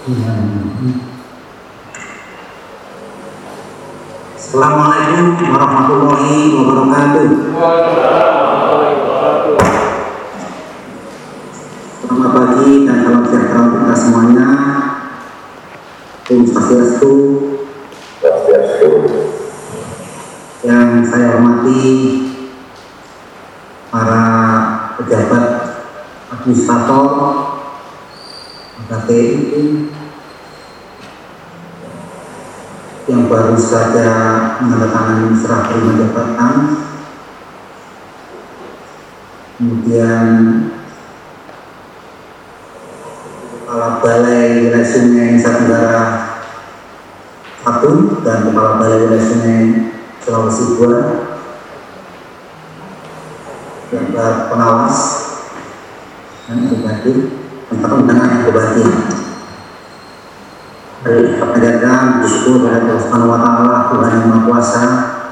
Assalamualaikum warahmatullahi wabarakatuh. Selamat pagi dan salam sejahtera untuk kita semuanya. Om Swastiastu. Yang saya hormati para pejabat administrator KPU yang baru saja menandatangani serah terima jabatan, kemudian Kepala Balai Wilayah Sungai Nusa Tenggara 1 dan Kepala Balai Wilayah Sungai Sulawesi 2, yang pengawas dan pribadi tentang undangan yang berbahagia. Dari penjagaan bersyukur kepada Allah Subhanahu wa Ta'ala, Tuhan yang Maha Kuasa,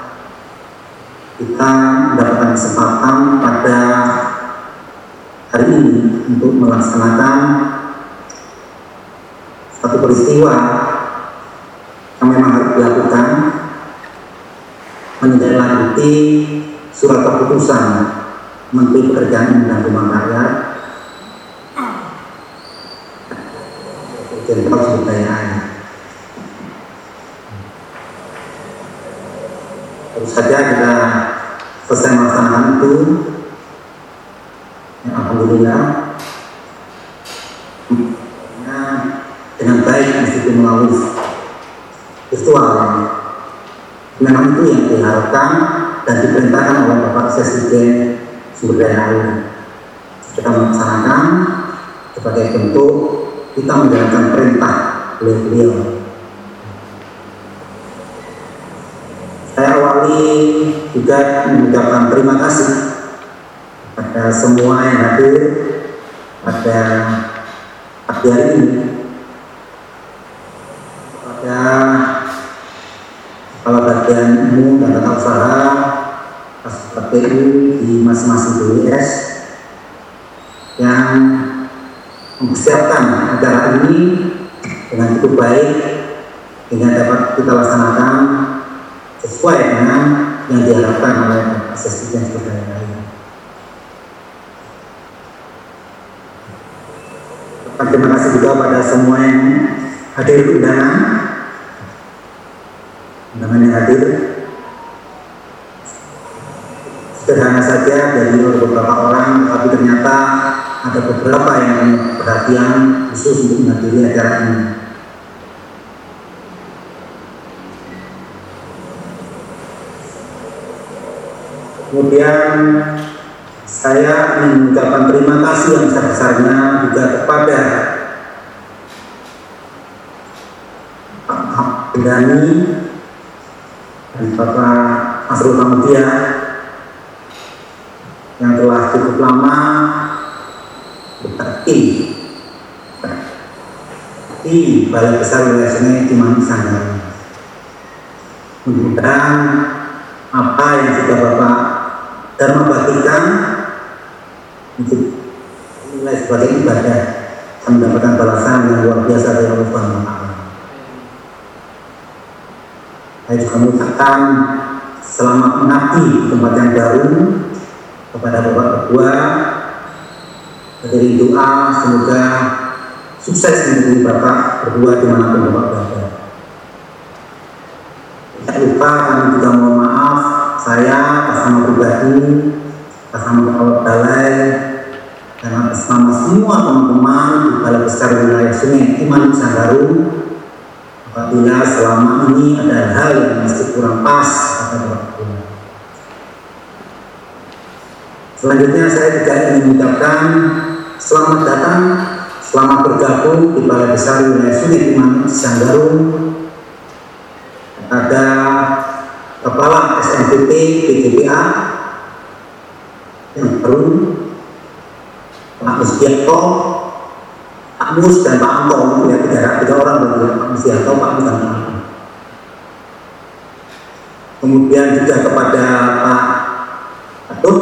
kita mendapatkan kesempatan pada hari ini untuk melaksanakan satu peristiwa yang memang harus dilakukan, menindaklanjuti surat keputusan Menteri Pekerjaan dan Perumahan Rakyat Jenderal Sumber Terus saja kita selesai melaksanakan itu, ya, alhamdulillah dengan baik meskipun melalui virtual. Memang itu yang diharapkan dan diperintahkan oleh Bapak Presiden Sumber Daya Air. Kita melaksanakan sebagai bentuk kita menjalankan perintah beliau. Saya awali juga mengucapkan terima kasih kepada semua yang hadir pada pagi hari ini, kepada Kepala Bagian Umum dan Tata Usaha KPU di masing-masing BWS yang mempersiapkan acara ini dengan cukup baik sehingga dapat kita laksanakan sesuai dengan yang diharapkan oleh Presiden Sumber Daya Air. Terima kasih juga pada semua yang hadir undangan yang hadir. Sederhana saja dari beberapa orang, tapi ternyata ada beberapa yang perhatian khusus untuk menghadiri acara ini. Kemudian saya mengucapkan terima kasih yang sebesar-besarnya juga kepada Pak Abdani dan Bapak Asrul Tamudia yang telah cukup lama berbakti di Balai Besar Wilayah Sungai Cimanuk Sanggau. Mudah-mudahan apa yang sudah Bapak Dharma baktikan untuk nilai sebagai ibadah dan mendapatkan balasan yang luar biasa dari Allah Subhanahu wa Ta'ala. Saya juga mengucapkan selamat mengabdi di tempat yang baru kepada Bapak Ketua, dari doa semoga sukses menjadi Bapak berdua dimanapun Bapak berada. Tidak lupa kami juga mohon maaf, saya atas nama pribadi, atas nama Kepala Balai, dan atas nama semua teman-teman di Balai Besar Wilayah Sungai Cimanuk Sanggau, apabila selama ini ada hal yang masih kurang pas pada Bapak Ketua. Selanjutnya saya juga ingin mengucapkan selamat datang, selamat bergabung di Balai Besar Wilayah Sungai Cimanuk Sanggau kepada Kepala SNPT PJPA yang baru, Pak Musdianto, Pak Mus dan Pak Anto, ya tiga orang berarti, Pak Musdianto, Pak Mus dan Pak Anto. Kemudian juga kepada Pak Atut,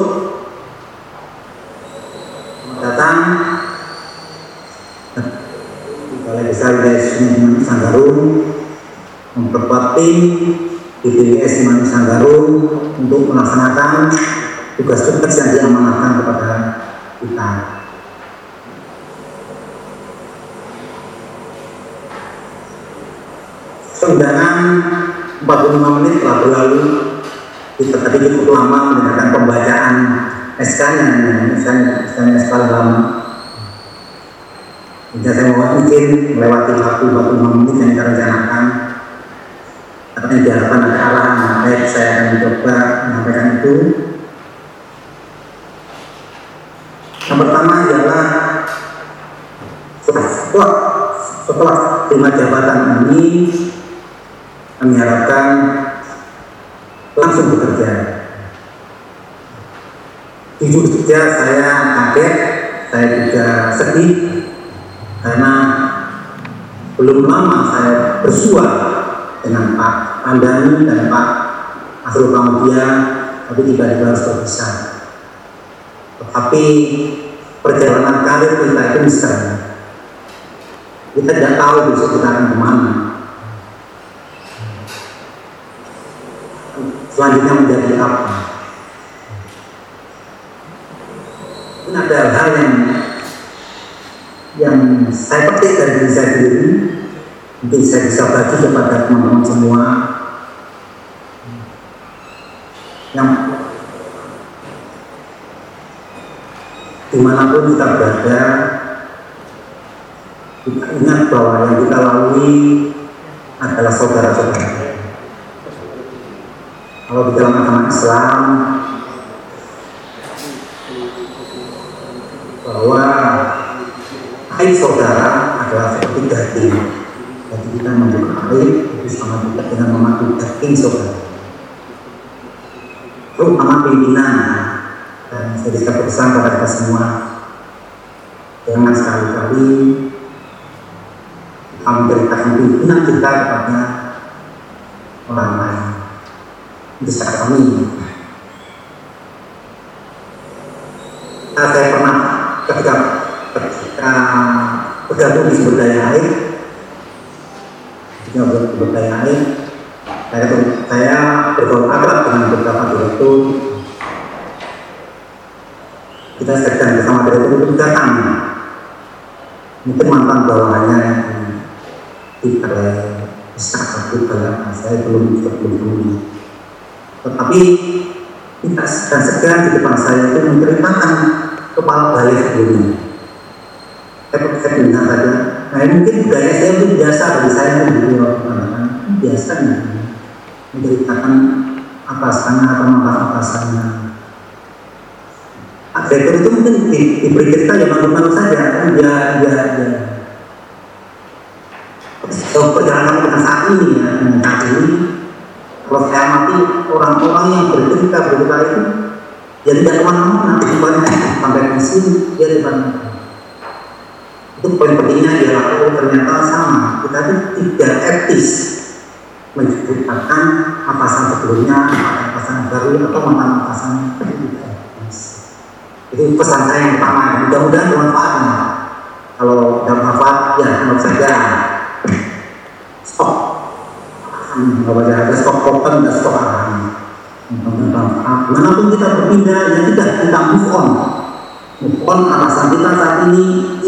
datang di Balai Besar Besar Wilayah Sungai Sanggarung memperkuat tim BPWS Sungai Sanggarung untuk melaksanakan tugas-tugas yang diamanahkan kepada kita. Undangan 45 menit telah berlalu. Kita tadi cukup lama mendengarkan pembacaan SK-nya, SK-nya sekali lama. Jika saya mau izin melewati waktu 45 menit yang kita rencanakan, karena diharapkan ada arahan, baik saya akan mencoba menyampaikan itu. Yang pertama adalah setelah terima jabatan ini, kami harapkan langsung bekerja. Jujur saja saya kaget, saya juga sedih karena belum lama saya bersua dengan Pak Andani dan Pak Asrul Pramudia, tapi tiba-tiba harus berpisah. Tetapi perjalanan karir kita itu misteri. Kita tidak tahu besok kita akan kemana. Selanjutnya menjadi apa? Ini ada hal yang saya petik dari diri saya sendiri, mungkin saya bisa bagi kepada teman-teman semua. Yang dimanapun kita berada, kita ingat bahwa yang kita lalui adalah saudara-saudara. Kalau di dalam agama Islam, bahwa hai saudara adalah seperti daging. Jadi kita membuka air itu sama juga dengan memakai daging saudara. Terutama pimpinan, dan saya bisa berpesan kepada kita semua, jangan sekali-kali kita memberitakan pimpinan kita kepada orang lain. Itu secara kami. Saya pernah ketika bergabung di sumber daya air, saya bergaul akrab dengan beberapa direktur. Kita sedang bersama direktur itu datang, mungkin mantan bawahannya di besar satu dalam saya belum. Tetapi kita segan di depan saya itu menceritakan kepala balai sebelumnya. Saya bilang saja, nah mungkin budaya saya itu biasa bagi saya biasa menceritakan atasannya atau mantan atasannya. Direktur itu mungkin diberi cerita yang malu-malu saja, kan dia perjalanan kita saat ini ya, saat ini. Kalau saya amati orang-orang yang bercerita itu, dia tidak kemana-mana, sampai di sini dia di mana. Itu poin pentingnya adalah ternyata sama, kita itu tidak etis menceritakan atasan sebelumnya, atasan baru atau mantan atasan. Itu pesan saya yang pertama. Mudah-mudahan bermanfaat. Kalau tidak bermanfaat, ya menurut saja stop. Kalau ada stok token dan stok arahan. Manapun kita berpindah, ya tidak, kita move on. Move on atasan kita saat ini.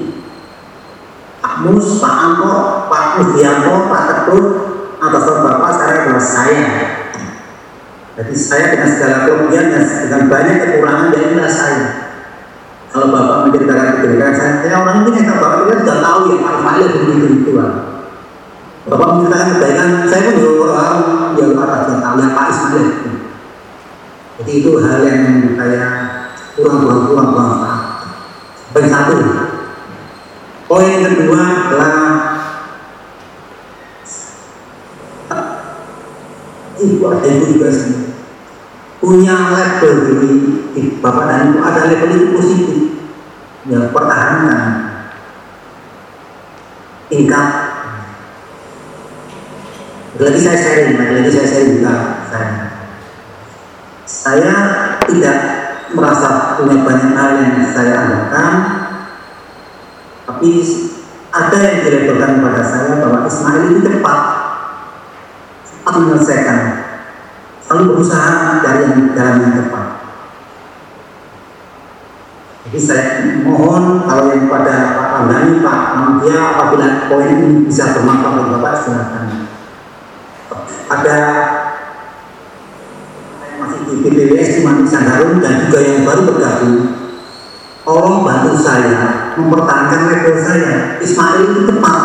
Pak Mus, Pak Angko, Pak Musdianto, Pak Ketut, atasan Bapak sekarang adalah saya. Jadi saya dengan segala kelebihan dan dengan banyak kekurangan dari saya. Kalau Bapak menceritakan kebaikan saya orang ini kata Bapak kita sudah tahu ya Pak Ismail begitu lah. Bapak menceritakan kebaikan saya pun juga orang yang sudah tahu yang Pak Ismail. Jadi itu hal yang saya kurang Pak. Poin satu. Poin kedua adalah ibu juga sih punya label di Bapak dan Ibu ada label itu positif ya, pertahankan tingkat. Lagi saya sharing juga saya tidak merasa punya banyak hal yang saya andalkan, tapi ada yang dilabelkan kepada saya bahwa Ismail itu cepat menyelesaikan, selalu berusaha mencari jalan yang cepat. Jadi saya mohon kalau yang pada Pak Andani, Pak Mantia, apabila poin ini bisa bermanfaat bagi Bapak, silakan. Ada masih di BPWS di Sandarun dan juga yang baru bergabung, tolong bantu saya mempertahankan level saya. Ismail itu cepat,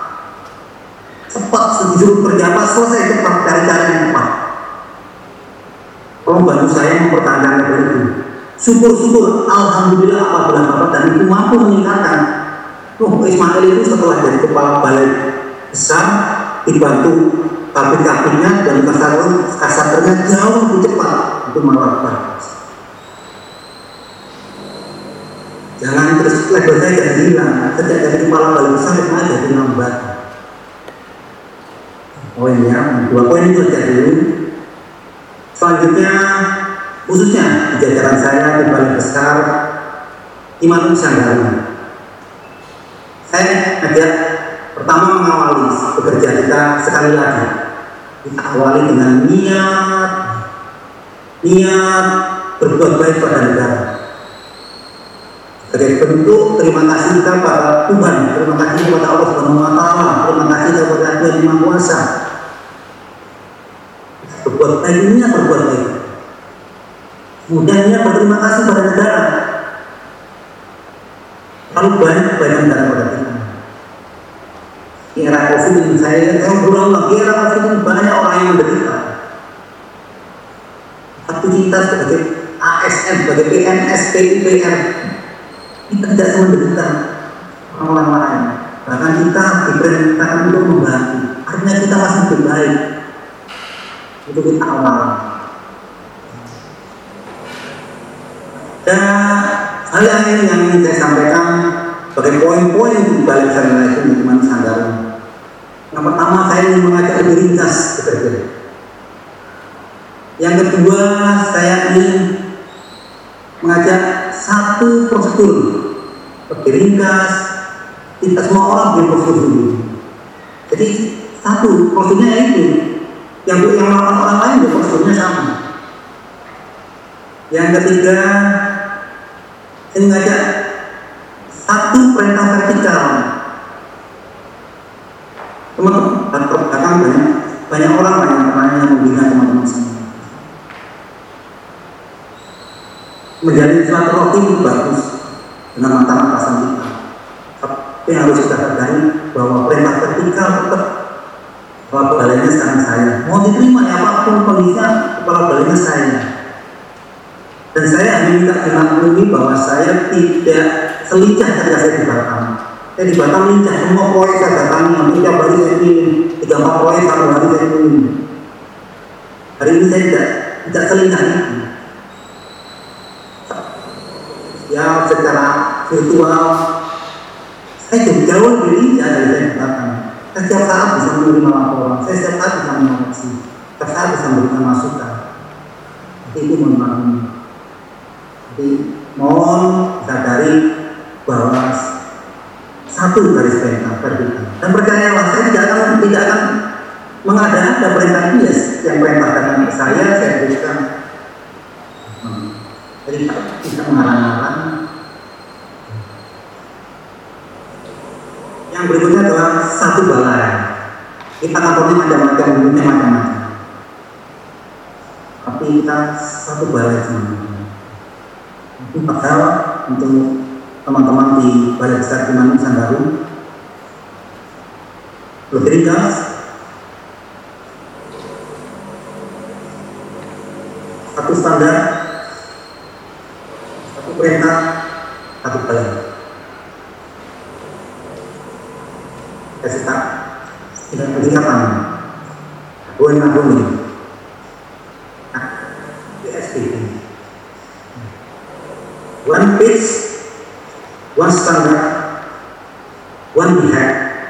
disuruh kerja apa selesai cepat, cari cara yang cepat. Tolong bantu saya mempertahankan level itu. Syukur-syukur, alhamdulillah apabila Bapak dan Ibu mampu meningkatkan. Ismail itu setelah jadi kepala balai besar, dibantu kabin-kabinnya dan kasaternya jauh lebih cepat untuk melakukan. Jangan terus level saya jadi hilang. Sejak jadi kepala balai besar Ismail jadi lambat. Poinnya, 2 poin itu saja dulu. Selanjutnya, khususnya di jajaran saya di Balai Besar Iman Sandarun, saya ajak pertama mengawali bekerja kita sekali lagi. Kita awali dengan niat berbuat baik pada negara. Sebagai bentuk terima kasih kita pada Tuhan, terima kasih kepada Allah Subhanahu wa Ta'ala, terima kasih kepada Tuhan Yang Maha Kuasa. Berbuat baik ini berbuat baik. Mudahnya berterima kasih pada negara. Terlalu banyak kebaikan negara pada kita. Di era COVID ini saya berulang-ulang, di era COVID ini banyak orang yang menderita. Tapi kita sebagai ASN, sebagai PNS, PUPR, kita tidak menderita orang lain. Bahkan kita diperintahkan untuk membantu. Artinya kita masih lebih baik. Itu kita awal. Dan hal yang ingin saya sampaikan sebagai poin-poin di balik saya itu teman Sandarun. Yang pertama, saya ingin mengajak lebih ringkas bekerja. Yang kedua, saya ingin mengajak satu prosedur lebih ringkas. Tidak semua orang punya prosedur dulu. Jadi satu prosedurnya itu yang melakukan orang lain juga prosedurnya sama. Yang ketiga, saya mengajak satu perintah vertikal. Teman-teman, banyak orang yang membina teman-teman semua. Menjalin silaturahmi itu bagus dengan mata kita. Tapi harus kita sadari bahwa perintah vertikal tetap kepala balainya sekarang saya. Mau diterima ya apapun kondisinya, kepala balainya saya. Dan saya minta dimaklumi bahwa saya tidak selincah ketika saya di Batam. Saya di Batam lincah, semua proyek saya datangi, tiap hari saya pilih, 3-4 proyek satu hari saya pilih. Hari ini saya tidak selincah itu. Ya secara virtual, saya jauh lebih lincah dari saya di Batam. Saya setiap saat bisa menerima laporan, saya setiap saat bisa mengoreksi, setiap saat bisa memberikan masukan. Itu memang. Jadi mohon sadari bahwa satu garis perintah vertikal. Dan percayalah, saya tidak akan mengada-ada perintah ini. Yang perintahkan saya berikan. Jadi kita mengarang-arang. Yang berikutnya adalah satu balai. Kita kantornya macam-macam, bentuknya macam-macam. Tapi kita satu balai semuanya. Itu bakal untuk teman-teman di Balai Besar Iman Sandarun lebih ringkas, satu standar, satu perintah, satu balai. Kita start tidak peningkatan ini PSBB. One pace, one standard, one behavior,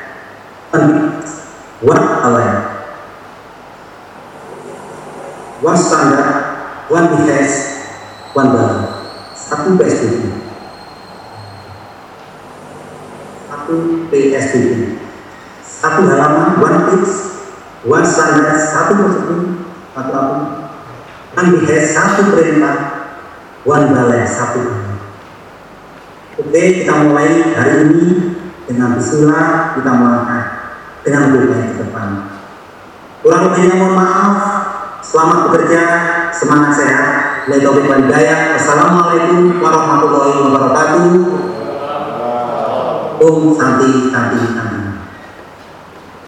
one align. One standard, one behavior, one balance. Satu PSBB. Satu satu PSBB, satu halaman, one page, one standard, satu prosedur atau apa, one behes, satu perintah, one balai, satu balai. Oke, kita mulai hari ini dengan bismillah, kita melangkah dengan lebih baik ke depan. Kurang lebihnya mohon maaf. Selamat bekerja, semangat sehat. Assalamualaikum warahmatullahi wabarakatuh. Om Santi Santi Santi.